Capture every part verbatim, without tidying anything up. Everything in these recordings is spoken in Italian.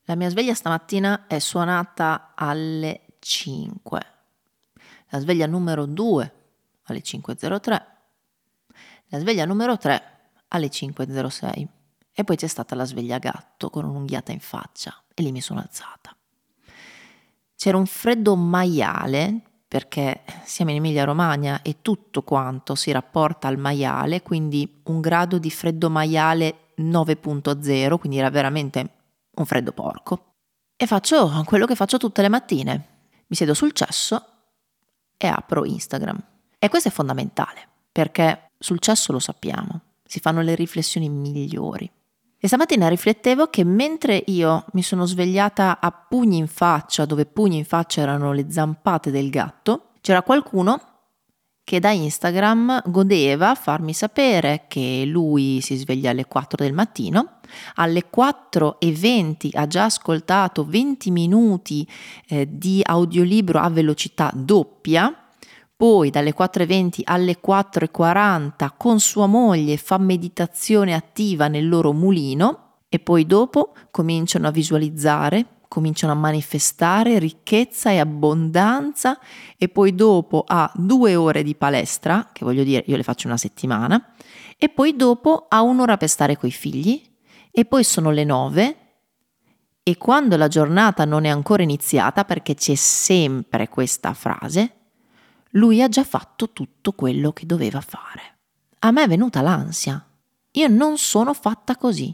La mia sveglia stamattina è suonata alle cinque. La sveglia numero due alle cinque e zero tre. La sveglia numero tre alle cinque e zero sei. E poi c'è stata la sveglia gatto con un'unghiata in faccia e lì mi sono alzata. C'era un freddo maiale, perché siamo in Emilia Romagna e tutto quanto si rapporta al maiale, quindi un grado di freddo maiale nove punto zero, quindi era veramente un freddo porco. E faccio quello che faccio tutte le mattine. Mi siedo sul cesso e apro Instagram. E questo è fondamentale, perché sul cesso lo sappiamo, si fanno le riflessioni migliori. E stamattina riflettevo che mentre io mi sono svegliata a pugni in faccia, dove pugni in faccia erano le zampate del gatto, c'era qualcuno che da Instagram godeva farmi sapere che lui si sveglia alle quattro del mattino, alle quattro e venti ha già ascoltato venti minuti eh, di audiolibro a velocità doppia, poi dalle quattro e venti alle quattro e quaranta con sua moglie fa meditazione attiva nel loro mulino e poi dopo cominciano a visualizzare, cominciano a manifestare ricchezza e abbondanza e poi dopo ha due ore di palestra, che voglio dire io le faccio una settimana, e poi dopo ha un'ora per stare coi figli e poi sono le nove e quando la giornata non è ancora iniziata, perché c'è sempre questa frase, lui ha già fatto tutto quello che doveva fare. A me è venuta l'ansia. Io non sono fatta così.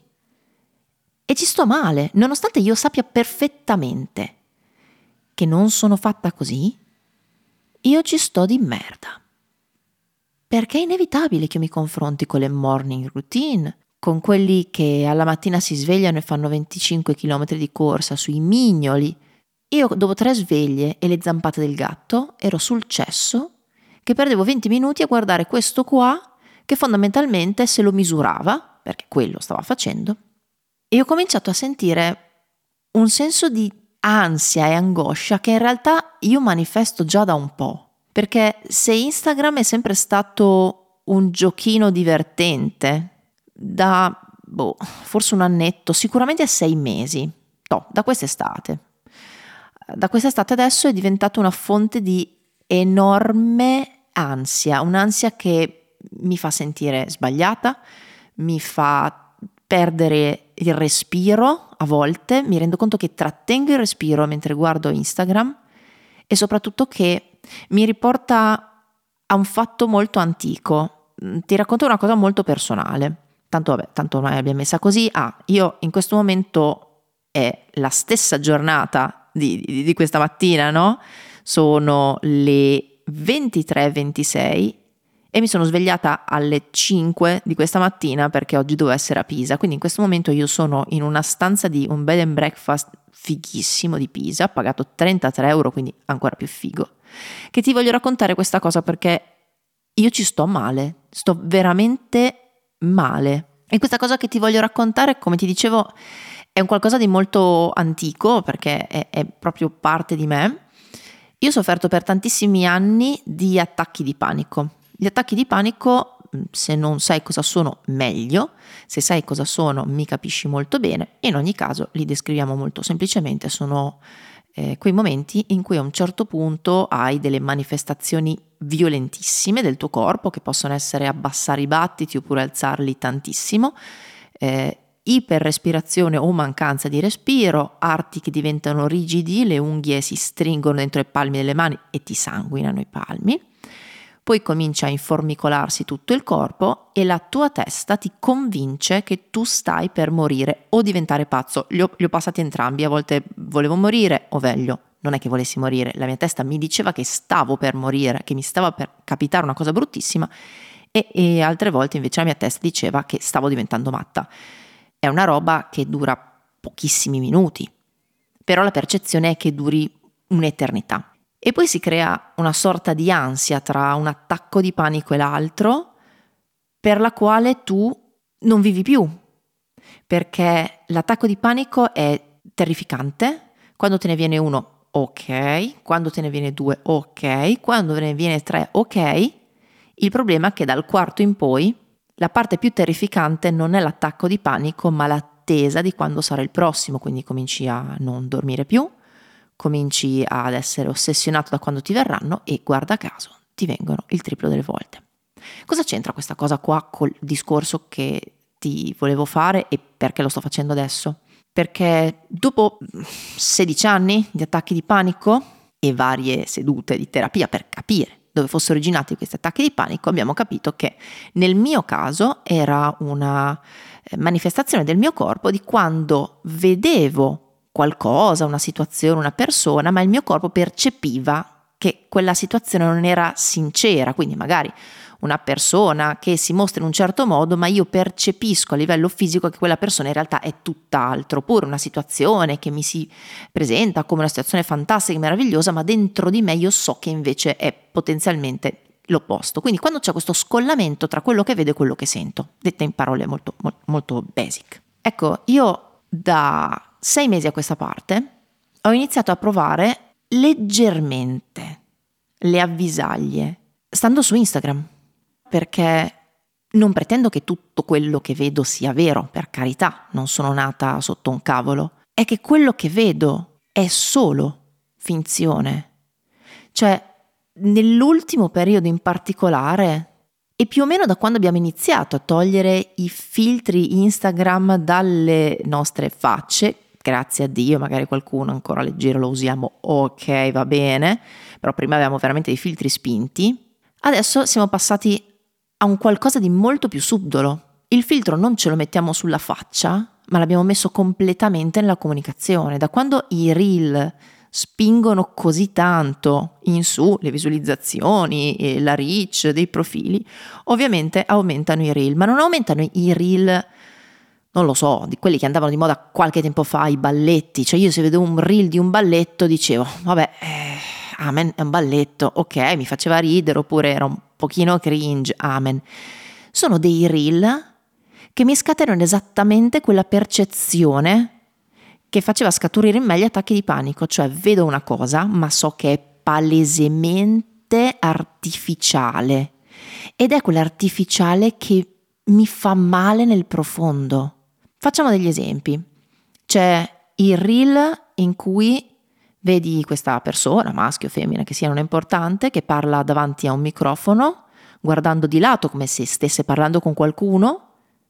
E ci sto male, nonostante io sappia perfettamente che non sono fatta così, io ci sto di merda. Perché è inevitabile che io mi confronti con le morning routine, con quelli che alla mattina si svegliano e fanno venticinque chilometri di corsa sui mignoli. Io dopo tre sveglie e le zampate del gatto ero sul cesso che perdevo venti minuti a guardare questo qua che fondamentalmente se lo misurava, perché quello stava facendo, e ho cominciato a sentire un senso di ansia e angoscia che in realtà io manifesto già da un po', perché se Instagram è sempre stato un giochino divertente da boh, forse un annetto, sicuramente sei mesi, no, da quest'estate. Da quest'estate adesso è diventata una fonte di enorme ansia, un'ansia che mi fa sentire sbagliata, mi fa perdere il respiro a volte, mi rendo conto che trattengo il respiro mentre guardo Instagram e soprattutto che mi riporta a un fatto molto antico. Ti racconto una cosa molto personale, tanto vabbè, tanto ormai l'abbiamo messa così. Ah, io in questo momento è la stessa giornata Di, di, di questa mattina, no? Sono le ventitré e ventisei e mi sono svegliata alle cinque di questa mattina perché oggi dovevo essere a Pisa, quindi in questo momento io sono in una stanza di un bed and breakfast fighissimo di Pisa, pagato trentatré euro, quindi ancora più figo, che ti voglio raccontare questa cosa perché io ci sto male, sto veramente male. E questa cosa che ti voglio raccontare, come ti dicevo, è un qualcosa di molto antico perché è, è proprio parte di me. Io ho sofferto per tantissimi anni di attacchi di panico. Gli attacchi di panico, se non sai cosa sono, meglio. Se sai cosa sono, mi capisci molto bene. In ogni caso, li descriviamo molto semplicemente. Sono eh, quei momenti in cui a un certo punto hai delle manifestazioni violentissime del tuo corpo, che possono essere abbassare i battiti oppure alzarli tantissimo, eh, iperrespirazione o mancanza di respiro, arti che diventano rigidi, le unghie si stringono dentro i palmi delle mani e ti sanguinano i palmi, poi comincia a informicolarsi tutto il corpo e la tua testa ti convince che tu stai per morire o diventare pazzo. Li ho, li ho passati entrambi, a volte volevo morire, o meglio, non è che volessi morire, la mia testa mi diceva che stavo per morire, che mi stava per capitare una cosa bruttissima e, e altre volte invece la mia testa diceva che stavo diventando matta. È una roba che dura pochissimi minuti, però la percezione è che duri un'eternità. E poi si crea una sorta di ansia tra un attacco di panico e l'altro, per la quale tu non vivi più, perché l'attacco di panico è terrificante. Quando te ne viene uno, ok, quando te ne viene due, ok, quando te ne viene tre, ok. Il problema è che dal quarto in poi la parte più terrificante non è l'attacco di panico, ma la attesa di quando sarà il prossimo, quindi cominci a non dormire più, cominci ad essere ossessionato da quando ti verranno e guarda caso ti vengono il triplo delle volte. Cosa c'entra questa cosa qua col discorso che ti volevo fare e perché lo sto facendo adesso? Perché dopo sedici anni di attacchi di panico e varie sedute di terapia per capire dove fossero originati questi attacchi di panico, abbiamo capito che nel mio caso era una manifestazione del mio corpo di quando vedevo qualcosa, una situazione, una persona, ma il mio corpo percepiva che quella situazione non era sincera, quindi magari una persona che si mostra in un certo modo, ma io percepisco a livello fisico che quella persona in realtà è tutt'altro, oppure una situazione che mi si presenta come una situazione fantastica e meravigliosa, ma dentro di me io so che invece è potenzialmente l'opposto. Quindi quando c'è questo scollamento tra quello che vedo e quello che sento, detta in parole molto, molto basic. Ecco, io da sei mesi a questa parte ho iniziato a provare leggermente le avvisaglie stando su Instagram, perché non pretendo che tutto quello che vedo sia vero, per carità, non sono nata sotto un cavolo, è che quello che vedo è solo finzione. Cioè, nell'ultimo periodo in particolare, e più o meno da quando abbiamo iniziato a togliere i filtri Instagram dalle nostre facce, grazie a Dio, magari qualcuno ancora leggero lo usiamo, ok, va bene, però prima avevamo veramente dei filtri spinti, adesso siamo passati a un qualcosa di molto più subdolo. Il filtro non ce lo mettiamo sulla faccia, ma l'abbiamo messo completamente nella comunicazione. Da quando i reel spingono così tanto in su le visualizzazioni e la reach dei profili, ovviamente aumentano i reel, ma non aumentano i reel, non lo so, di quelli che andavano di moda qualche tempo fa, i balletti. Cioè io se vedevo un reel di un balletto dicevo, vabbè, eh, amen, è un balletto, ok, mi faceva ridere, oppure era un pochino cringe, amen. Sono dei reel che mi scatenano esattamente quella percezione che faceva scaturire in me gli attacchi di panico, cioè vedo una cosa ma so che è palesemente artificiale ed è quell'artificiale che mi fa male nel profondo. Facciamo degli esempi. C'è il reel in cui vedi questa persona, maschio o femmina che sia, non è importante, che parla davanti a un microfono, guardando di lato come se stesse parlando con qualcuno,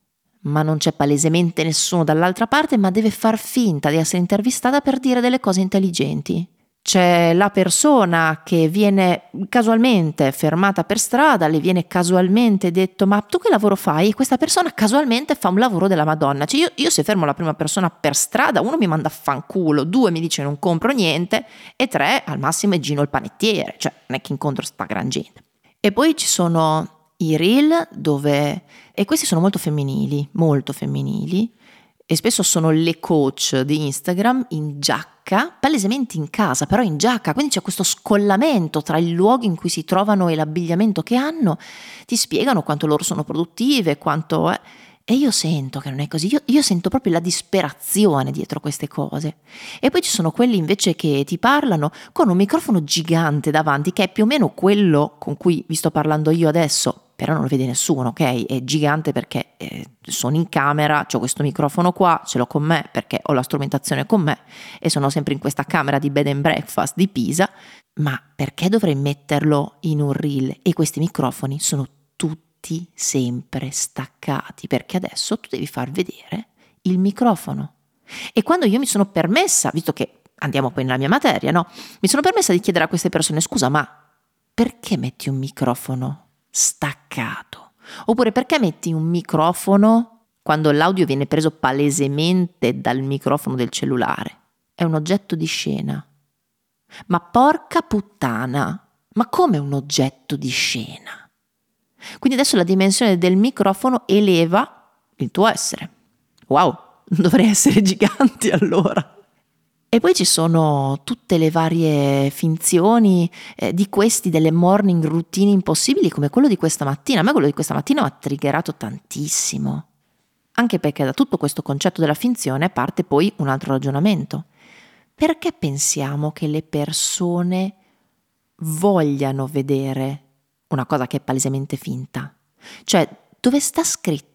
ma non c'è palesemente nessuno dall'altra parte, ma deve far finta di essere intervistata per dire delle cose intelligenti. C'è la persona che viene casualmente fermata per strada, le viene casualmente detto ma tu che lavoro fai? E questa persona casualmente fa un lavoro della Madonna. Cioè io, io se fermo la prima persona per strada, uno mi manda a fanculo, due mi dice non compro niente e tre al massimo è Gino il panettiere, cioè non è che incontro sta gran gente. E poi ci sono i reel dove, e questi sono molto femminili, molto femminili, e spesso sono le coach di Instagram in giacca, palesemente in casa, però in giacca, quindi c'è questo scollamento tra il luogo in cui si trovano e l'abbigliamento che hanno, ti spiegano quanto loro sono produttive, quanto è, e io sento che non è così, io, io sento proprio la disperazione dietro queste cose. E poi ci sono quelli invece che ti parlano con un microfono gigante davanti, che è più o meno quello con cui vi sto parlando io adesso, però non lo vede nessuno, ok? È gigante perché eh, sono in camera, ho questo microfono qua, ce l'ho con me perché ho la strumentazione con me e sono sempre in questa camera di bed and breakfast di Pisa, ma perché dovrei metterlo in un reel? E questi microfoni sono tutti sempre staccati, perché adesso tu devi far vedere il microfono. E quando io mi sono permessa, visto che andiamo poi nella mia materia, no? Mi sono permessa di chiedere a queste persone, scusa, ma perché metti un microfono staccato? Oppure perché metti un microfono quando l'audio viene preso palesemente dal microfono del cellulare? È un oggetto di scena. Ma porca puttana, ma come un oggetto di scena? Quindi adesso la dimensione del microfono eleva il tuo essere. Wow, dovrei essere giganti allora. E poi ci sono tutte le varie finzioni eh, di questi, delle morning routine impossibili come quello di questa mattina. A me quello di questa mattina mi ha triggerato tantissimo. Anche perché da tutto questo concetto della finzione parte poi un altro ragionamento. Perché pensiamo che le persone vogliano vedere una cosa che è palesemente finta? Cioè, dove sta scritto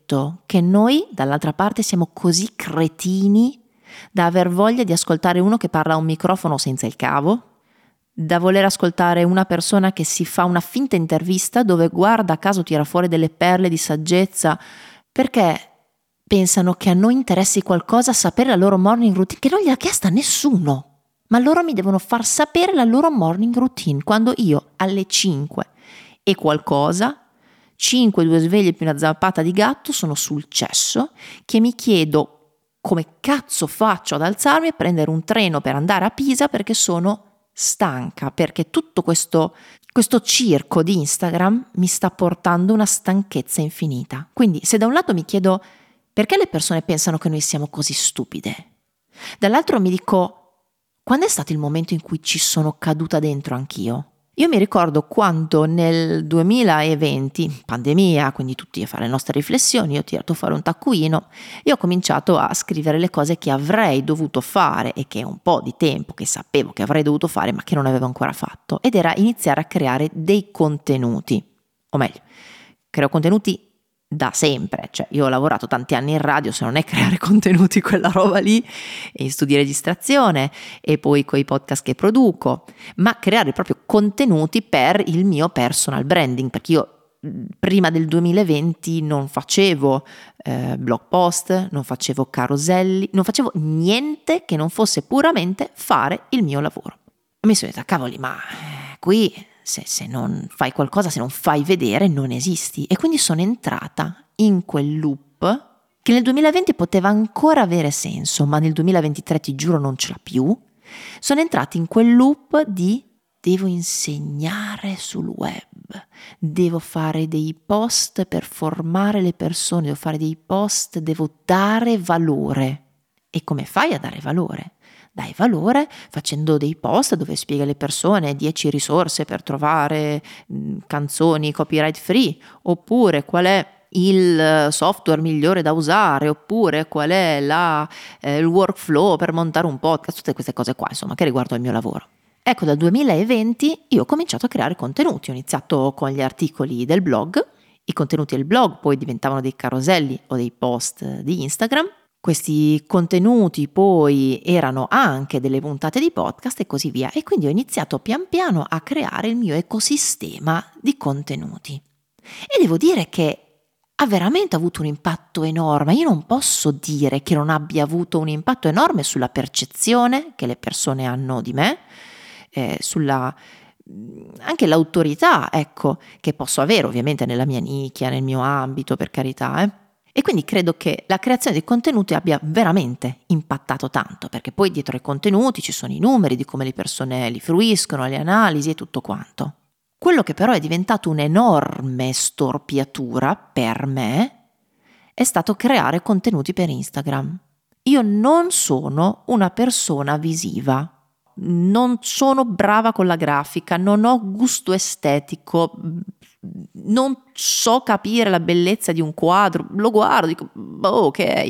detto che noi dall'altra parte siamo così cretini da aver voglia di ascoltare uno che parla a un microfono senza il cavo, da voler ascoltare una persona che si fa una finta intervista dove guarda a caso tira fuori delle perle di saggezza, perché pensano che a noi interessi qualcosa sapere la loro morning routine, che non gliel'ha chiesta nessuno, ma loro mi devono far sapere la loro morning routine, quando io alle cinque e qualcosa, cinque, due sveglie più una zappata di gatto, sono sul cesso, che mi chiedo come cazzo faccio ad alzarmi e prendere un treno per andare a Pisa perché sono stanca, perché tutto questo, questo circo di Instagram mi sta portando una stanchezza infinita. Quindi se da un lato mi chiedo perché le persone pensano che noi siamo così stupide, dall'altro mi dico quando è stato il momento in cui ci sono caduta dentro anch'io? Io mi ricordo quando nel duemilaventi, pandemia, quindi tutti a fare le nostre riflessioni, io ho tirato fuori un taccuino e ho cominciato a scrivere le cose che avrei dovuto fare e che è un po' di tempo che sapevo che avrei dovuto fare ma che non avevo ancora fatto, ed era iniziare a creare dei contenuti, o meglio, creo contenuti da sempre, cioè io ho lavorato tanti anni in radio, se non è creare contenuti quella roba lì, e in studi di registrazione e poi coi podcast che produco, ma creare proprio contenuti per il mio personal branding, perché io prima del duemilaventi non facevo eh, blog post, non facevo caroselli, non facevo niente che non fosse puramente fare il mio lavoro. E mi sono detta, cavoli, ma eh, qui Se, se non fai qualcosa, se non fai vedere, non esisti. E quindi sono entrata in quel loop che nel duemilaventi poteva ancora avere senso, ma nel duemilaventitré ti giuro non ce l'ha più. Sono entrata in quel loop di devo insegnare sul web, devo fare dei post per formare le persone, devo fare dei post, devo dare valore. E come fai a dare valore? Dai valore facendo dei post dove spiega alle persone dieci risorse per trovare mh, canzoni copyright free, oppure qual è il software migliore da usare, oppure qual è la, eh, il workflow per montare un podcast, tutte queste cose qua, insomma, che riguardo il mio lavoro. Ecco, dal duemilaventi io ho cominciato a creare contenuti, ho iniziato con gli articoli del blog, i contenuti del blog poi diventavano dei caroselli o dei post di Instagram. Questi contenuti poi erano anche delle puntate di podcast e così via, e quindi ho iniziato pian piano a creare il mio ecosistema di contenuti. E devo dire che ha veramente avuto un impatto enorme. Io non posso dire che non abbia avuto un impatto enorme sulla percezione che le persone hanno di me, eh, sulla anche l'autorità, ecco, che posso avere ovviamente nella mia nicchia, nel mio ambito, per carità, eh. E quindi credo che la creazione di contenuti abbia veramente impattato tanto, perché poi dietro ai contenuti ci sono i numeri di come le persone li fruiscono, le analisi e tutto quanto. Quello che però è diventato un'enorme storpiatura per me è stato creare contenuti per Instagram. Io non sono una persona visiva, non sono brava con la grafica, non ho gusto estetico, non so capire la bellezza di un quadro, lo guardo, dico, oh, ok,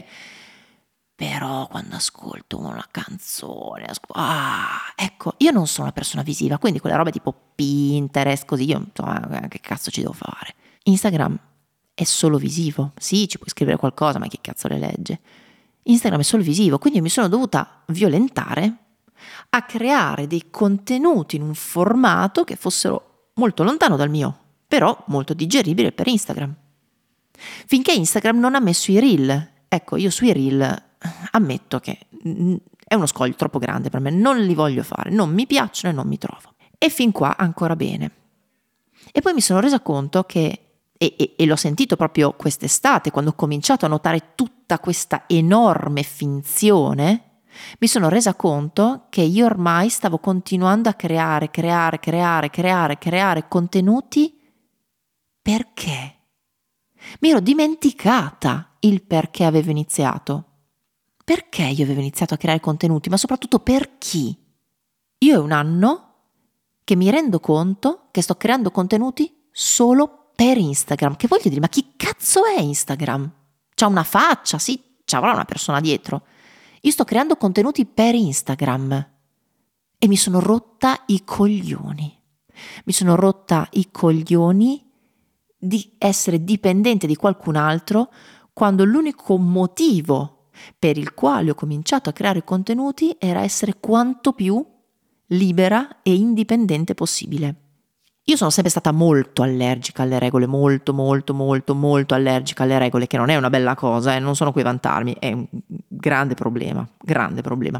però quando ascolto una canzone, ascol- ah, ecco, io non sono una persona visiva, quindi quella roba tipo Pinterest, così, io insomma, che cazzo ci devo fare? Instagram è solo visivo, sì, ci puoi scrivere qualcosa, ma chi cazzo le legge? Instagram è solo visivo, quindi mi sono dovuta violentare a creare dei contenuti in un formato che fossero molto lontano dal mio, però molto digeribile per Instagram. Finché Instagram non ha messo i reel. Ecco, io sui reel ammetto che è uno scoglio troppo grande per me, non li voglio fare, non mi piacciono e non mi trovo. E fin qua ancora bene. E poi mi sono resa conto che, e, e, e l'ho sentito proprio quest'estate, quando ho cominciato a notare tutta questa enorme finzione, mi sono resa conto che io ormai stavo continuando a creare, creare, creare, creare, creare contenuti perché mi ero dimenticata il perché avevo iniziato. Perché io avevo iniziato a creare contenuti, ma soprattutto per chi? Io è un anno che mi rendo conto che sto creando contenuti solo per Instagram. Che voglio dire, ma chi cazzo è Instagram? C'ha una faccia, sì, c'avrà una persona dietro. Io sto creando contenuti per Instagram e mi sono rotta i coglioni. Mi sono rotta i coglioni di essere dipendente di qualcun altro quando l'unico motivo per il quale ho cominciato a creare contenuti era essere quanto più libera e indipendente possibile. Io sono sempre stata molto allergica alle regole, molto, molto, molto, molto allergica alle regole, che non è una bella cosa, eh, non sono qui a vantarmi, è un grande problema, grande problema.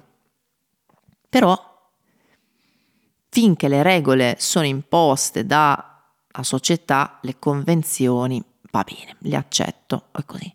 Però, finché le regole sono imposte dalla società, le convenzioni, va bene, le accetto, è così.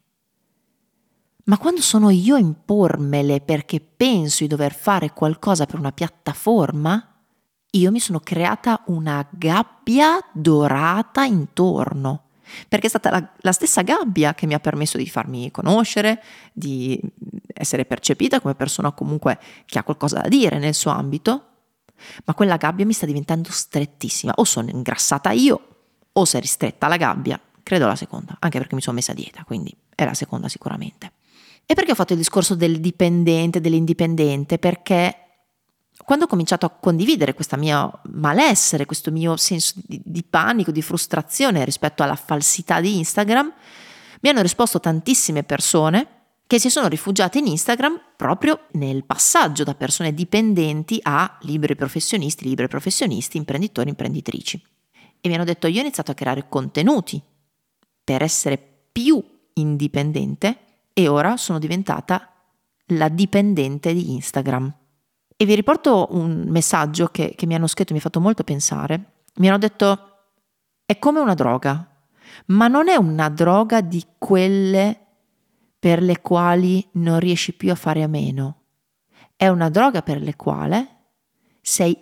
Ma quando sono io a impormele perché penso di dover fare qualcosa per una piattaforma, io mi sono creata una gabbia dorata intorno, perché è stata la, la stessa gabbia che mi ha permesso di farmi conoscere, di essere percepita come persona comunque che ha qualcosa da dire nel suo ambito, ma quella gabbia mi sta diventando strettissima. O sono ingrassata io, o si è ristretta la gabbia. Credo la seconda, anche perché mi sono messa a dieta, quindi è la seconda sicuramente. E perché ho fatto il discorso del dipendente, dell'indipendente? Perché quando ho cominciato a condividere questa mia malessere, questo mio senso di, di panico, di frustrazione rispetto alla falsità di Instagram, mi hanno risposto tantissime persone che si sono rifugiate in Instagram proprio nel passaggio da persone dipendenti a liberi professionisti, liberi professionisti, imprenditori, imprenditrici. E mi hanno detto: io ho iniziato a creare contenuti per essere più indipendente e ora sono diventata la dipendente di Instagram. E vi riporto un messaggio che, che mi hanno scritto, mi ha fatto molto pensare. Mi hanno detto: è come una droga, ma non è una droga di quelle per le quali non riesci più a fare a meno. È una droga per le quali sei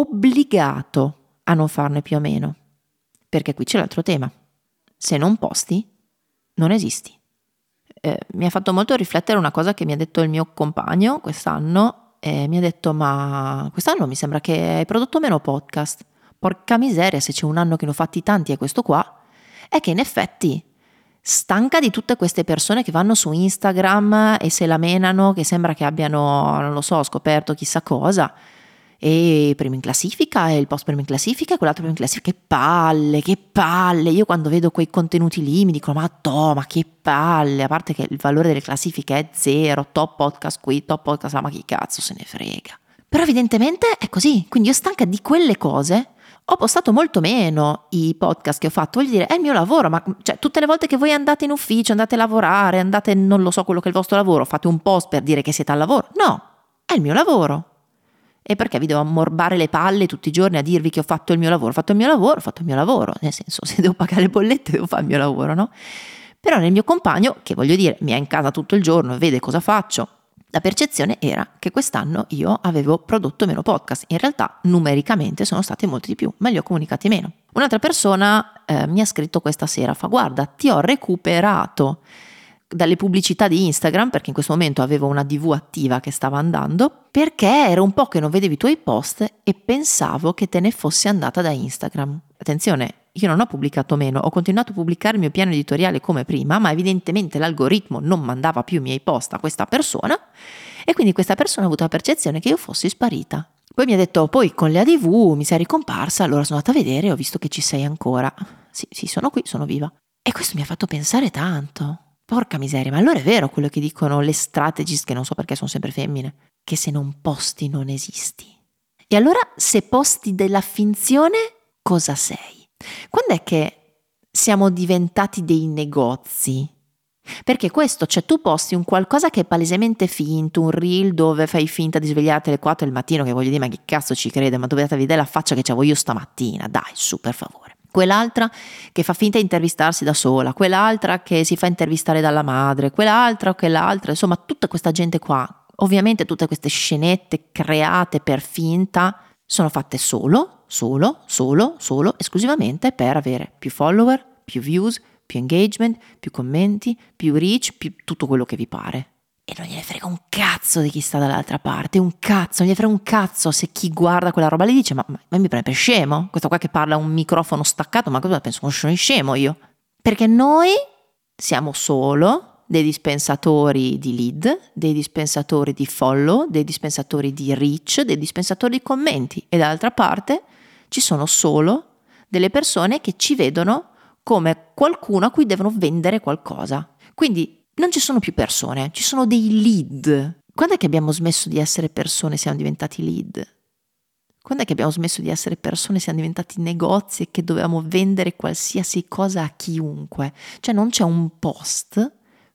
obbligato a non farne più a meno. Perché qui c'è l'altro tema. Se non posti, non esisti. Eh, mi ha fatto molto riflettere una cosa che mi ha detto il mio compagno quest'anno. E mi ha detto: ma quest'anno mi sembra che hai prodotto meno podcast. Porca miseria, se c'è un anno che ne ho fatti tanti è questo qua. È che in effetti, stanca di tutte queste persone che vanno su Instagram e se la menano, che sembra che abbiano, non lo so, scoperto chissà cosa, e primo in classifica e il post primo in classifica e quell'altro primo in classifica, che palle, che palle. Io quando vedo quei contenuti lì mi dicono: ma to, ma che palle, a parte che il valore delle classifiche è zero, top podcast qui, top podcast là, ma chi cazzo se ne frega. Però evidentemente è così, quindi io stanca di quelle cose ho postato molto meno i podcast che ho fatto. Voglio dire, è il mio lavoro, ma cioè, tutte le volte che voi andate in ufficio, andate a lavorare, andate, non lo so quello che è il vostro lavoro, fate un post per dire che siete al lavoro? No, è il mio lavoro. E perché vi devo ammorbare le palle tutti i giorni a dirvi che ho fatto il mio lavoro? Ho fatto il mio lavoro, ho fatto il mio lavoro, nel senso, se devo pagare le bollette devo fare il mio lavoro, no? Però nel mio compagno, che voglio dire, mi è in casa tutto il giorno e vede cosa faccio, la percezione era che quest'anno io avevo prodotto meno podcast. In realtà numericamente sono stati molti di più, ma li ho comunicati meno. Un'altra persona eh, mi ha scritto questa sera: fa guarda, ti ho recuperato dalle pubblicità di Instagram, perché in questo momento avevo una D V attiva che stava andando, perché era un po' che non vedevi i tuoi post e pensavo che te ne fossi andata da Instagram. Attenzione, io non ho pubblicato meno, ho continuato a pubblicare il mio piano editoriale come prima, ma evidentemente l'algoritmo non mandava più i miei post a questa persona e quindi questa persona ha avuto la percezione che io fossi sparita. Poi mi ha detto: poi con le A D V mi sei ricomparsa, allora sono andata a vedere e ho visto che ci sei ancora. Sì, sì, sono qui, sono viva. E questo mi ha fatto pensare tanto. Porca miseria, ma allora è vero quello che dicono le strategist, che non so perché sono sempre femmine, che se non posti non esisti. E allora se posti della finzione, cosa sei? Quando è che siamo diventati dei negozi? Perché questo, cioè tu posti un qualcosa che è palesemente finto, un reel dove fai finta di svegliarti alle quattro del mattino, che voglio dire, ma che cazzo ci crede, ma dovete vedere la faccia che c'avevo io stamattina, dai, su, per favore. Quell'altra che fa finta di intervistarsi da sola, quell'altra che si fa intervistare dalla madre, quell'altra o quell'altra, insomma tutta questa gente qua, ovviamente tutte queste scenette create per finta sono fatte solo, solo, solo, solo, esclusivamente per avere più follower, più views, più engagement, più commenti, più reach, più tutto quello che vi pare. E non gliene frega un cazzo di chi sta dall'altra parte, un cazzo, non gliene frega un cazzo se chi guarda quella roba lì dice: ma, ma, ma mi prende per scemo? Questo qua che parla a un microfono staccato, ma cosa penso? Sono scemo io? Perché noi siamo solo dei dispensatori di lead, dei dispensatori di follow, dei dispensatori di reach, dei dispensatori di commenti, e dall'altra parte ci sono solo delle persone che ci vedono come qualcuno a cui devono vendere qualcosa. Quindi non ci sono più persone, ci sono dei lead. Quando è che abbiamo smesso di essere persone e siamo diventati lead? Quando è che abbiamo smesso di essere persone e siamo diventati negozi e che dovevamo vendere qualsiasi cosa a chiunque? Cioè non c'è un post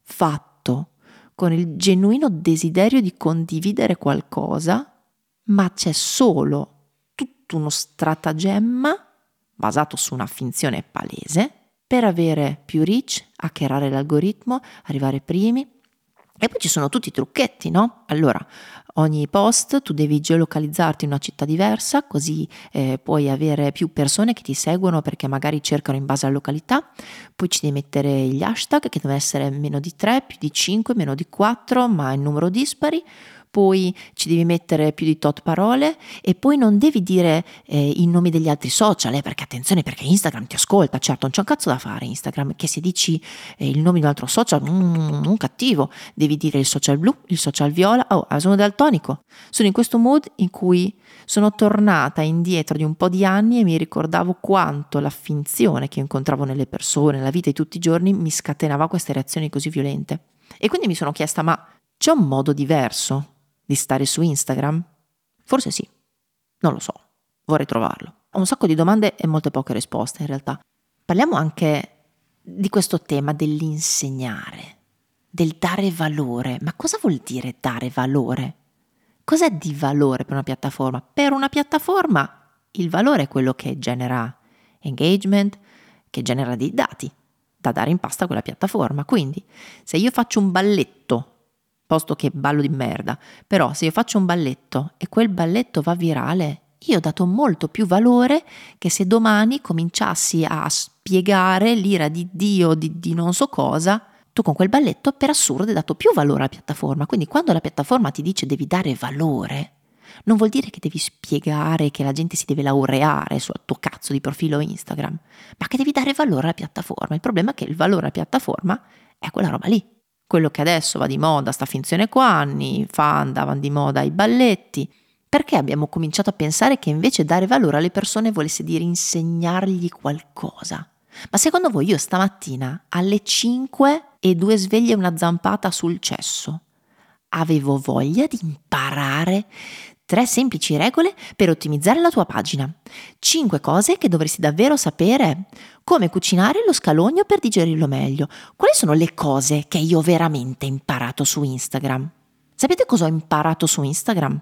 fatto con il genuino desiderio di condividere qualcosa, ma c'è solo tutto uno stratagemma basato su una finzione palese per avere più reach, hackerare l'algoritmo, arrivare primi. E poi ci sono tutti i trucchetti, no? Allora, ogni post tu devi geolocalizzarti in una città diversa, così eh, puoi avere più persone che ti seguono perché magari cercano in base alla località. Poi ci devi mettere gli hashtag che devono essere meno di tre, più di cinque, meno di quattro, ma in numero dispari. Poi ci devi mettere più di tot parole e poi non devi dire eh, i nomi degli altri social, eh, perché attenzione, perché Instagram ti ascolta, certo non c'è un cazzo da fare Instagram, che se dici eh, il nome di un altro social, mm, un cattivo, devi dire il social blu, il social viola, oh, sono daltonico. Sono in questo mood in cui sono tornata indietro di un po' di anni e mi ricordavo quanto la finzione che incontravo nelle persone, nella vita di tutti i giorni, mi scatenava queste reazioni così violente. E quindi mi sono chiesta, ma c'è un modo diverso di stare su Instagram? Forse sì, non lo so, vorrei trovarlo. Ho un sacco di domande e molte poche risposte in realtà. Parliamo anche di questo tema dell'insegnare, del dare valore. Ma cosa vuol dire dare valore? Cos'è di valore per una piattaforma? Per una piattaforma il valore è quello che genera engagement, che genera dei dati da dare in pasta a quella piattaforma. Quindi se io faccio un balletto, posto che ballo di merda, però se io faccio un balletto e quel balletto va virale, io ho dato molto più valore che se domani cominciassi a spiegare l'ira di Dio, di, di non so cosa, tu con quel balletto per assurdo hai dato più valore alla piattaforma. Quindi quando la piattaforma ti dice devi dare valore, non vuol dire che devi spiegare che la gente si deve laureare sul tuo cazzo di profilo Instagram, ma che devi dare valore alla piattaforma. Il problema è che il valore alla piattaforma è quella roba lì. Quello che adesso va di moda, sta finzione qua, anni fa andavano di moda i balletti. Perché abbiamo cominciato a pensare che invece dare valore alle persone volesse dire insegnargli qualcosa? Ma secondo voi io stamattina alle cinque e due sveglie e una zampata sul cesso avevo voglia di imparare tre semplici regole per ottimizzare la tua pagina? Cinque cose che dovresti davvero sapere. Come cucinare lo scalogno per digerirlo meglio. Quali sono le cose che io veramente ho imparato su Instagram? Sapete cosa ho imparato su Instagram?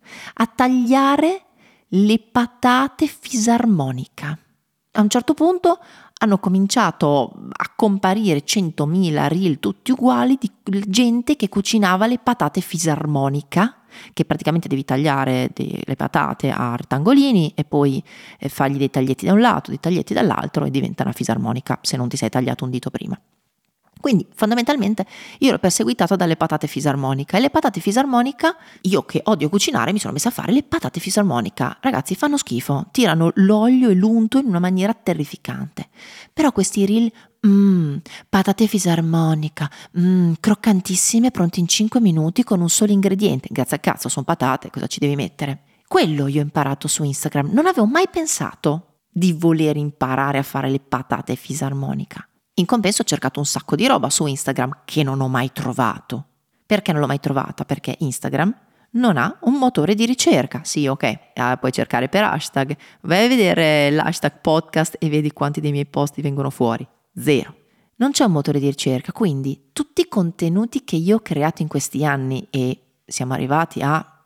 A tagliare le patate fisarmonica. A un certo punto hanno cominciato a comparire centomila reel tutti uguali di gente che cucinava le patate fisarmonica, che praticamente devi tagliare de- le patate a rettangolini e poi eh, fargli dei taglietti da un lato, dei taglietti dall'altro e diventa una fisarmonica se non ti sei tagliato un dito prima. Quindi fondamentalmente io ero perseguitata dalle patate fisarmonica e le patate fisarmonica, io che odio cucinare mi sono messa a fare le patate fisarmonica. Ragazzi, fanno schifo, tirano l'olio e l'unto in una maniera terrificante. Però questi reel, mmm, patate fisarmonica, mmm, croccantissime, pronti in cinque minuti con un solo ingrediente. Grazie al cazzo, sono patate, cosa ci devi mettere? Quello io ho imparato su Instagram, non avevo mai pensato di voler imparare a fare le patate fisarmonica. In compenso ho cercato un sacco di roba su Instagram che non ho mai trovato. Perché non l'ho mai trovata? Perché Instagram non ha un motore di ricerca. Sì, ok, ah, puoi cercare per hashtag, vai a vedere l'hashtag podcast e vedi quanti dei miei post vengono fuori. Zero. Non c'è un motore di ricerca, quindi tutti i contenuti che io ho creato in questi anni, e siamo arrivati a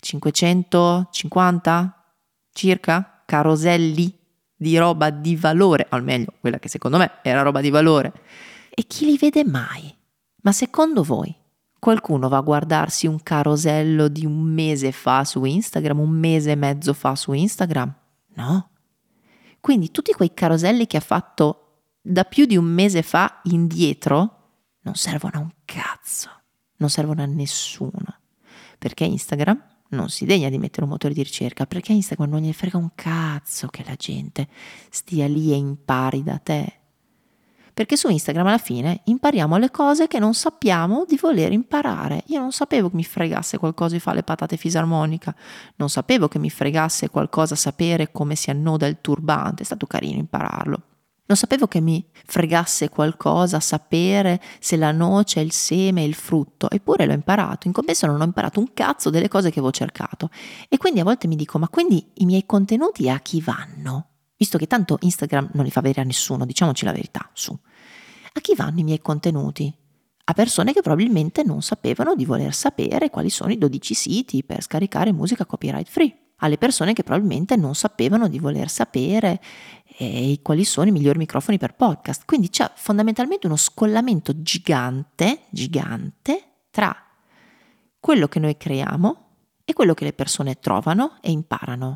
cinquecentocinquanta circa caroselli di roba di valore, o meglio, quella che secondo me era roba di valore. E chi li vede mai? Ma secondo voi qualcuno va a guardarsi un carosello di un mese fa su Instagram, un mese e mezzo fa su Instagram? No. Quindi tutti quei caroselli che ha fatto da più di un mese fa indietro non servono a un cazzo, non servono a nessuno, perché Instagram non si degna di mettere un motore di ricerca, perché Instagram non gli frega un cazzo che la gente stia lì e impari da te. Perché su Instagram alla fine impariamo le cose che non sappiamo di voler imparare. Io non sapevo che mi fregasse qualcosa di fare le patate fisarmonica, non sapevo che mi fregasse qualcosa sapere come si annoda il turbante, è stato carino impararlo. Non sapevo che mi fregasse qualcosa sapere se la noce è il seme e il frutto, eppure l'ho imparato. In compenso non ho imparato un cazzo delle cose che avevo cercato. E quindi a volte mi dico, ma quindi i miei contenuti a chi vanno? Visto che tanto Instagram non li fa vedere a nessuno, diciamoci la verità, su. A chi vanno i miei contenuti? A persone che probabilmente non sapevano di voler sapere quali sono i dodici siti per scaricare musica copyright free. Alle persone che probabilmente non sapevano di voler sapere eh, quali sono i migliori microfoni per podcast. Quindi c'è fondamentalmente uno scollamento gigante, gigante tra quello che noi creiamo e quello che le persone trovano e imparano.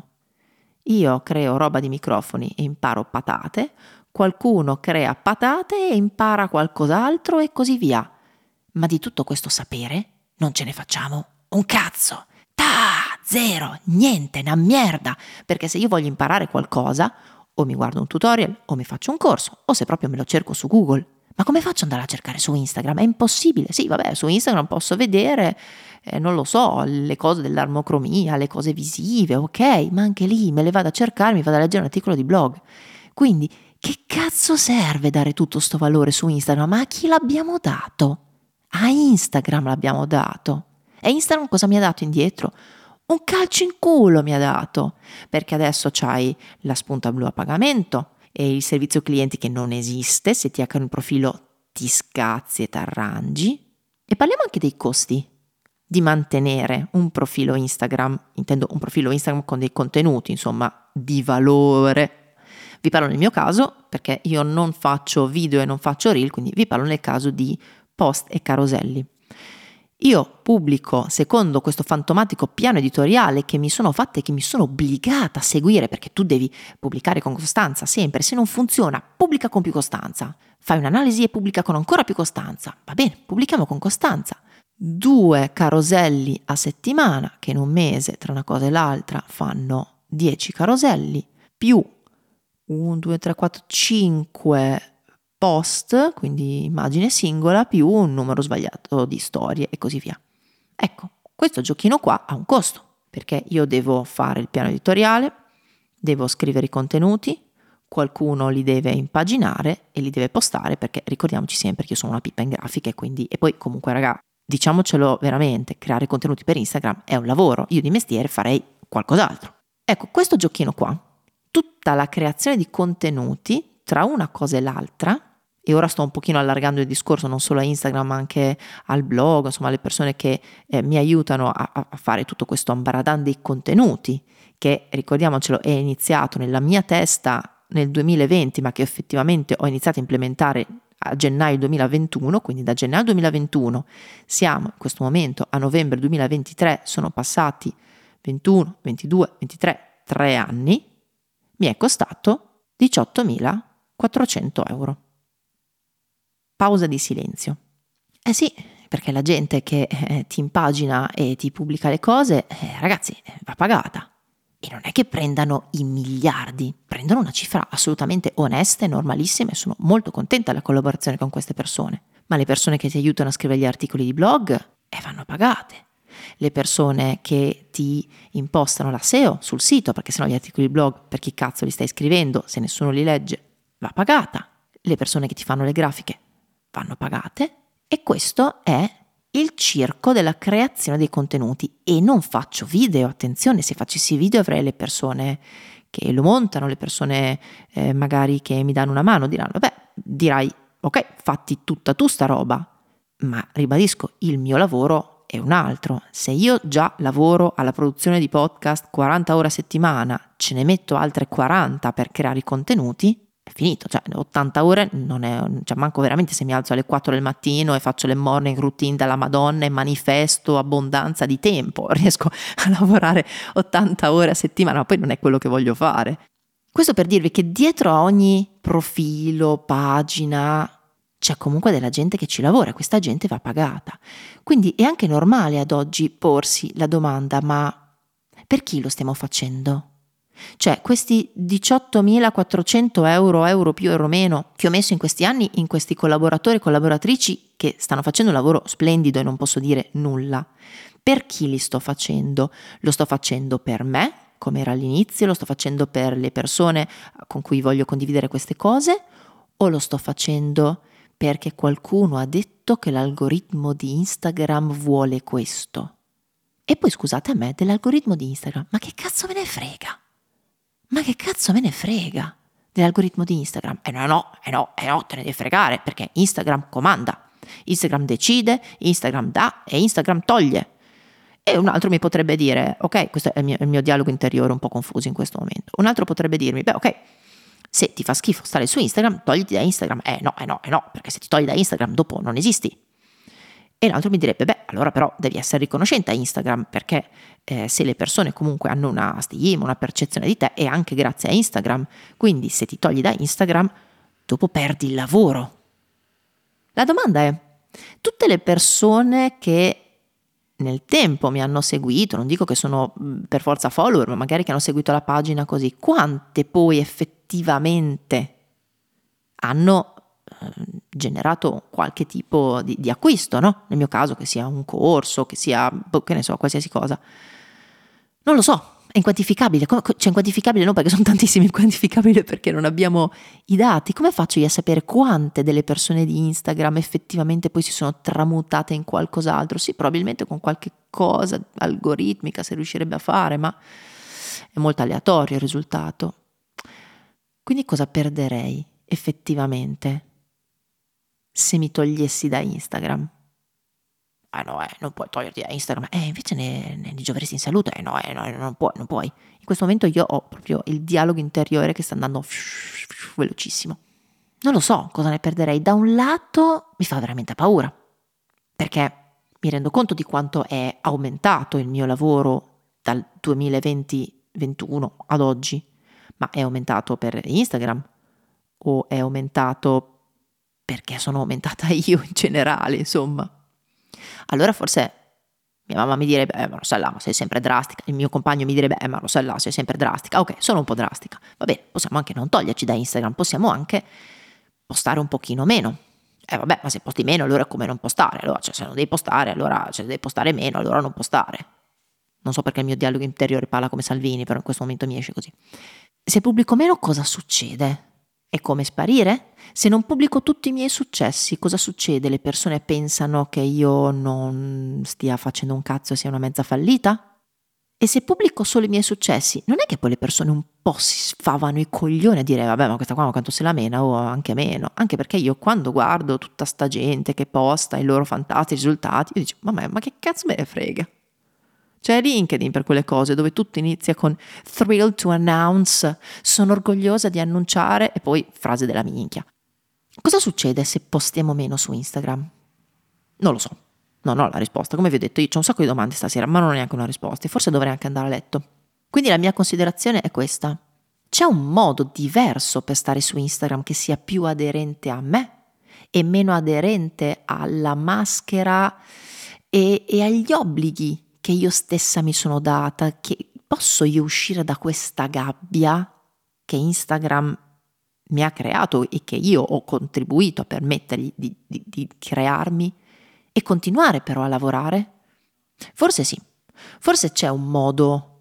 Io creo roba di microfoni e imparo patate, qualcuno crea patate e impara qualcos'altro e così via. Ma di tutto questo sapere non ce ne facciamo un cazzo. Ta, zero, niente, una merda. Perché se io voglio imparare qualcosa, o mi guardo un tutorial, o mi faccio un corso, o se proprio me lo cerco su Google. Ma come faccio ad andare a cercare su Instagram? È impossibile. Sì, vabbè, su Instagram posso vedere, eh, non lo so, le cose dell'armocromia, le cose visive, ok, ma anche lì me le vado a cercare, mi vado a leggere un articolo di blog. Quindi, che cazzo serve dare tutto sto valore su Instagram? Ma a chi l'abbiamo dato? A Instagram l'abbiamo dato. E Instagram cosa mi ha dato indietro? Un calcio in culo mi ha dato, perché adesso c'hai la spunta blu a pagamento e il servizio clienti che non esiste, se ti hackano il profilo ti scazzi e t'arrangi. E parliamo anche dei costi di mantenere un profilo Instagram, intendo un profilo Instagram con dei contenuti, insomma, di valore. Vi parlo nel mio caso, perché io non faccio video e non faccio reel, quindi vi parlo nel caso di post e caroselli. Io pubblico secondo questo fantomatico piano editoriale che mi sono fatta e che mi sono obbligata a seguire, perché tu devi pubblicare con costanza sempre. Se non funziona, pubblica con più costanza. Fai un'analisi e pubblica con ancora più costanza. Va bene, pubblichiamo con costanza. Due caroselli a settimana, che in un mese tra una cosa e l'altra fanno dieci caroselli, più uno, due, tre, quattro, cinque post, quindi immagine singola, più un numero sbagliato di storie e così via. Ecco, questo giochino qua ha un costo, perché io devo fare il piano editoriale, devo scrivere i contenuti, qualcuno li deve impaginare e li deve postare, perché ricordiamoci sempre che io sono una pippa in grafica e quindi, e poi comunque raga, diciamocelo veramente, creare contenuti per Instagram è un lavoro, io di mestiere farei qualcos'altro. Ecco, questo giochino qua, tutta la creazione di contenuti tra una cosa e l'altra, e ora sto un pochino allargando il discorso non solo a Instagram ma anche al blog, insomma alle persone che eh, mi aiutano a, a fare tutto questo ambaradan dei contenuti, che ricordiamocelo è iniziato nella mia testa nel duemilaventi ma che effettivamente ho iniziato a implementare a gennaio duemilaventuno, quindi da gennaio duemilaventuno siamo in questo momento a novembre duemilaventitré, sono passati ventuno, ventidue, ventitré, tre anni, mi è costato diciottomilaquattrocento euro. Pausa di silenzio. Eh sì, perché la gente che eh, ti impagina e ti pubblica le cose, eh, ragazzi, va pagata. E non è che prendano i miliardi, prendono una cifra assolutamente onesta e normalissima e sono molto contenta della collaborazione con queste persone. Ma le persone che ti aiutano a scrivere gli articoli di blog, eh, vanno pagate. Le persone che ti impostano la S E O sul sito, perché sennò gli articoli di blog, per chi cazzo li stai scrivendo, se nessuno li legge, va pagata. Le persone che ti fanno le grafiche vanno pagate. E questo è il circo della creazione dei contenuti. E non faccio video, attenzione, se facessi video avrei le persone che lo montano, le persone eh, magari che mi danno una mano, diranno, beh, dirai, ok, fatti tutta tu sta roba, ma ribadisco, il mio lavoro è un altro. Se io già lavoro alla produzione di podcast quaranta ore a settimana, ce ne metto altre quaranta per creare i contenuti, è finito, cioè ottanta ore non è, cioè manco veramente se mi alzo alle quattro del mattino e faccio le morning routine della Madonna e manifesto abbondanza di tempo, riesco a lavorare ottanta ore a settimana, ma poi non è quello che voglio fare. Questo per dirvi che dietro a ogni profilo, pagina, c'è comunque della gente che ci lavora, questa gente va pagata. Quindi è anche normale ad oggi porsi la domanda, ma per chi lo stiamo facendo? Cioè questi diciottomilaquattrocento euro, euro più, euro meno, che ho messo in questi anni in questi collaboratori e collaboratrici che stanno facendo un lavoro splendido e non posso dire nulla. Per chi li sto facendo? Lo sto facendo per me, come era all'inizio, lo sto facendo per le persone con cui voglio condividere queste cose, o lo sto facendo perché qualcuno ha detto che l'algoritmo di Instagram vuole questo? E poi scusate a me dell'algoritmo di Instagram, ma che cazzo me ne frega? Ma che cazzo me ne frega dell'algoritmo di Instagram? E eh no, no, eh no, eh no, te ne devi fregare, perché Instagram comanda, Instagram decide, Instagram dà e Instagram toglie. E un altro mi potrebbe dire, ok, questo è il mio, il mio dialogo interiore un po' confuso in questo momento. Un altro potrebbe dirmi, beh, ok, se ti fa schifo stare su Instagram, togliti da Instagram. Eh no, eh no, eh no, perché se ti togli da Instagram dopo non esisti. E l'altro mi direbbe, beh, allora però devi essere riconoscente a Instagram, perché eh, se le persone comunque hanno una stima, una percezione di te, è anche grazie a Instagram. Quindi se ti togli da Instagram, dopo perdi il lavoro. La domanda è, tutte le persone che nel tempo mi hanno seguito, non dico che sono per forza follower, ma magari che hanno seguito la pagina così, quante poi effettivamente hanno eh, generato qualche tipo di, di acquisto, no? Nel mio caso, che sia un corso, che sia, che ne so, qualsiasi cosa. Non lo so, è inquantificabile. Cioè, inquantificabile no, perché sono tantissimi, inquantificabile perché non abbiamo i dati. Come faccio io a sapere quante delle persone di Instagram effettivamente poi si sono tramutate in qualcos'altro? Sì, probabilmente con qualche cosa algoritmica si riuscirebbe a fare, ma è molto aleatorio il risultato. Quindi cosa perderei effettivamente se mi togliessi da Instagram? Ah no, eh, non puoi toglierti da Instagram, eh, invece ne, ne gioveresti in salute, eh no, eh no, non puoi, non puoi. In questo momento io ho proprio il dialogo interiore che sta andando velocissimo. Non lo so cosa ne perderei. Da un lato mi fa veramente paura, perché mi rendo conto di quanto è aumentato il mio lavoro dal duemilaventi ventuno ad oggi, ma è aumentato per Instagram o è aumentato perché sono aumentata io in generale, insomma. Allora forse mia mamma mi direbbe, eh ma Rossella, ma sei sempre drastica. Il mio compagno mi direbbe, eh ma Rossella, sei sempre drastica. Ok, sono un po' drastica. Va bene, possiamo anche non toglierci da Instagram, possiamo anche postare un pochino meno. Eh vabbè, ma se posti meno allora è come non postare. Allora, cioè, se non devi postare, allora se devi postare meno, allora non postare. Non so perché il mio dialogo interiore parla come Salvini, però in questo momento mi esce così. Se pubblico meno, cosa succede? È come sparire? Se non pubblico tutti i miei successi, cosa succede? Le persone pensano che io non stia facendo un cazzo e sia una mezza fallita? E se pubblico solo i miei successi, non è che poi le persone un po' si sfavano i coglioni a dire vabbè ma questa qua ma quanto se la mena o anche meno? Anche perché io quando guardo tutta sta gente che posta i loro fantastici risultati, io dico ma, ma che cazzo me ne frega? C'è LinkedIn per quelle cose dove tutto inizia con thrilled to announce, sono orgogliosa di annunciare e poi frase della minchia. Cosa succede se postiamo meno su Instagram? Non lo so, non ho la risposta. Come vi ho detto, io ho un sacco di domande stasera, ma non ho neanche una risposta e forse dovrei anche andare a letto. Quindi la mia considerazione è questa. C'è un modo diverso per stare su Instagram che sia più aderente a me e meno aderente alla maschera e, e agli obblighi che io stessa mi sono data, che posso io uscire da questa gabbia che Instagram mi ha creato e che io ho contribuito a permettergli di, di, di crearmi e continuare però a lavorare? Forse sì, forse c'è un modo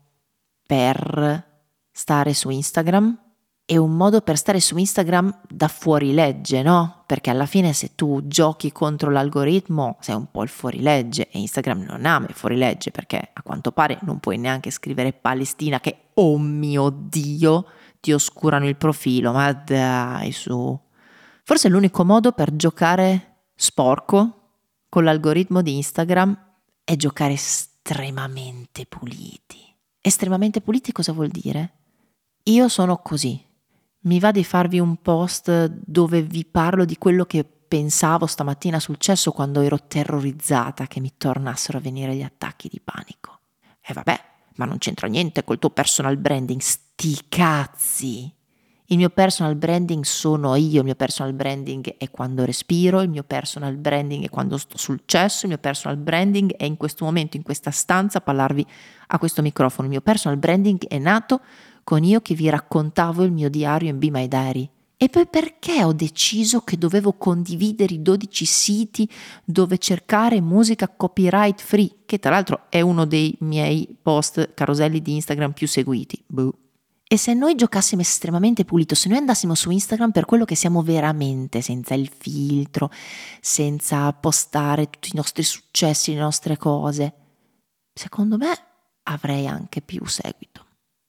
per stare su Instagram e un modo per stare su Instagram da fuorilegge, no? Perché alla fine se tu giochi contro l'algoritmo sei un po' il fuorilegge e Instagram non ama il fuorilegge perché a quanto pare non puoi neanche scrivere Palestina che, oh mio Dio, ti oscurano il profilo, ma dai su. Forse l'unico modo per giocare sporco con l'algoritmo di Instagram è giocare estremamente puliti. Estremamente puliti cosa vuol dire? Io sono così. Mi va di farvi un post dove vi parlo di quello che pensavo stamattina sul cesso quando ero terrorizzata che mi tornassero a venire gli attacchi di panico. E vabbè, ma non c'entra niente col tuo personal branding, sti cazzi! Il mio personal branding sono io, il mio personal branding è quando respiro, il mio personal branding è quando sto sul cesso, il mio personal branding è in questo momento, in questa stanza, a parlarvi a questo microfono. Il mio personal branding è nato con io che vi raccontavo il mio diario in Be My Diary. E poi perché ho deciso che dovevo condividere i dodici siti dove cercare musica copyright free, che tra l'altro è uno dei miei post caroselli di Instagram più seguiti? Boh. E se noi giocassimo estremamente pulito, se noi andassimo su Instagram per quello che siamo veramente, senza il filtro, senza postare tutti i nostri successi, le nostre cose, secondo me avrei anche più seguito,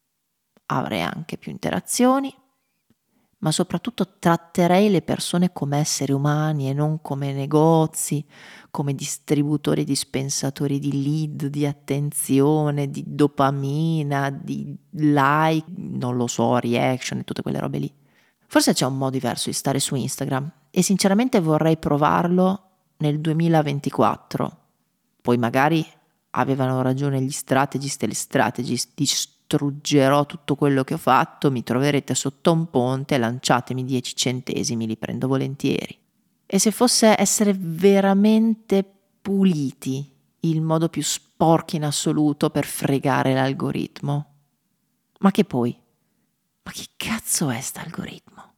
avrei anche più interazioni, ma soprattutto tratterei le persone come esseri umani e non come negozi, come distributori e dispensatori di lead, di attenzione, di dopamina, di like, non lo so, reaction e tutte quelle robe lì. Forse c'è un modo diverso di stare su Instagram e sinceramente vorrei provarlo nel duemilaventiquattro. Poi magari avevano ragione gli strategist e le strategist, distruggerò tutto quello che ho fatto, mi troverete sotto un ponte, lanciatemi dieci centesimi, li prendo volentieri. E se fosse essere veramente puliti il modo più sporco in assoluto per fregare l'algoritmo? Ma che poi? Ma che cazzo è sta algoritmo?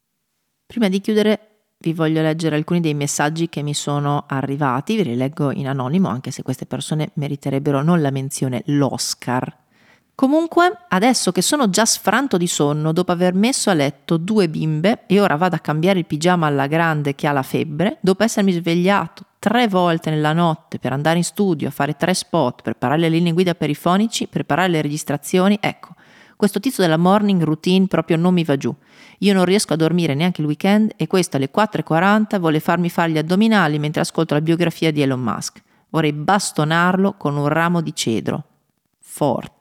Prima di chiudere vi voglio leggere alcuni dei messaggi che mi sono arrivati, ve li leggo in anonimo anche se queste persone meriterebbero non la menzione, l'Oscar. Comunque, adesso che sono già sfranto di sonno dopo aver messo a letto due bimbe e ora vado a cambiare il pigiama alla grande che ha la febbre, dopo essermi svegliato tre volte nella notte per andare in studio a fare tre spot, preparare le linee guida per i fonici, preparare le registrazioni, ecco, questo tizio della morning routine proprio non mi va giù. Io non riesco a dormire neanche il weekend e questo alle quattro e quaranta vuole farmi fare gli addominali mentre ascolto la biografia di Elon Musk. Vorrei bastonarlo con un ramo di cedro. Forte.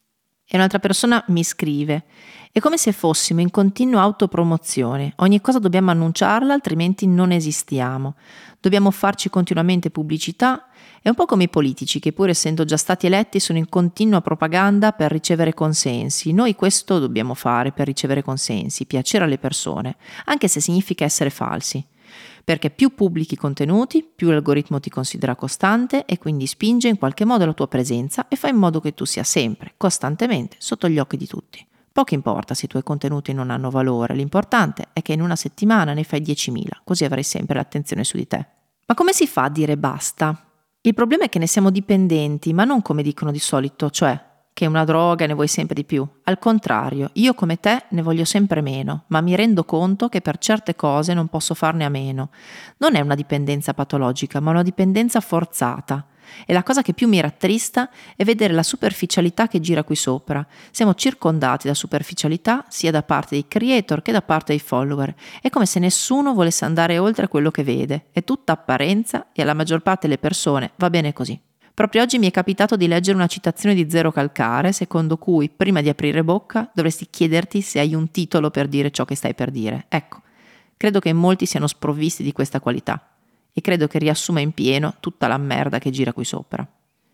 E un'altra persona mi scrive: è come se fossimo in continua autopromozione, ogni cosa dobbiamo annunciarla altrimenti non esistiamo, dobbiamo farci continuamente pubblicità, è un po' come i politici che pur essendo già stati eletti sono in continua propaganda per ricevere consensi, noi questo dobbiamo fare per ricevere consensi, piacere alle persone, anche se significa essere falsi. Perché più pubblichi contenuti, più l'algoritmo ti considera costante e quindi spinge in qualche modo la tua presenza e fa in modo che tu sia sempre, costantemente, sotto gli occhi di tutti. Poco importa se i tuoi contenuti non hanno valore, l'importante è che in una settimana ne fai diecimila, così avrai sempre l'attenzione su di te. Ma come si fa a dire basta? Il problema è che ne siamo dipendenti, ma non come dicono di solito, cioè che è una droga e ne vuoi sempre di più. Al contrario, io come te ne voglio sempre meno, ma mi rendo conto che per certe cose non posso farne a meno. Non è una dipendenza patologica, ma una dipendenza forzata. E la cosa che più mi rattrista è vedere la superficialità che gira qui sopra. Siamo circondati da superficialità sia da parte dei creator che da parte dei follower. È come se nessuno volesse andare oltre quello che vede. È tutta apparenza e alla maggior parte delle persone va bene così. Proprio oggi mi è capitato di leggere una citazione di Zero Calcare, secondo cui, prima di aprire bocca, dovresti chiederti se hai un titolo per dire ciò che stai per dire. Ecco, credo che molti siano sprovvisti di questa qualità e credo che riassuma in pieno tutta la merda che gira qui sopra.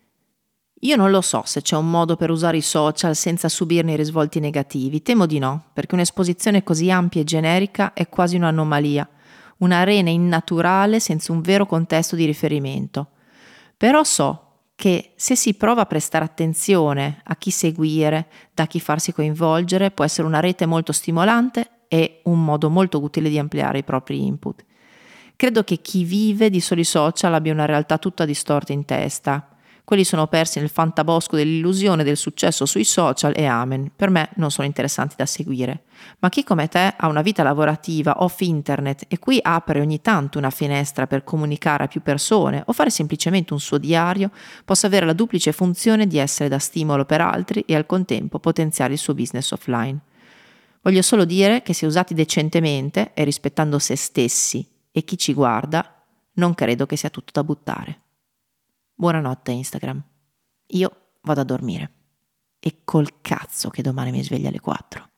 Io non lo so se c'è un modo per usare i social senza subirne i risvolti negativi, temo di no, perché un'esposizione così ampia e generica è quasi un'anomalia, un'arena innaturale senza un vero contesto di riferimento. Però so che se si prova a prestare attenzione a chi seguire, da chi farsi coinvolgere, può essere una rete molto stimolante e un modo molto utile di ampliare i propri input. Credo che chi vive di soli social abbia una realtà tutta distorta in testa. Quelli sono persi nel fantabosco dell'illusione del successo sui social e amen, per me non sono interessanti da seguire. Ma chi come te ha una vita lavorativa off internet e qui apre ogni tanto una finestra per comunicare a più persone o fare semplicemente un suo diario, possa avere la duplice funzione di essere da stimolo per altri e al contempo potenziare il suo business offline. Voglio solo dire che se usati decentemente e rispettando se stessi e chi ci guarda, non credo che sia tutto da buttare. Buonanotte Instagram. Io vado a dormire. E col cazzo che domani mi sveglia alle quattro.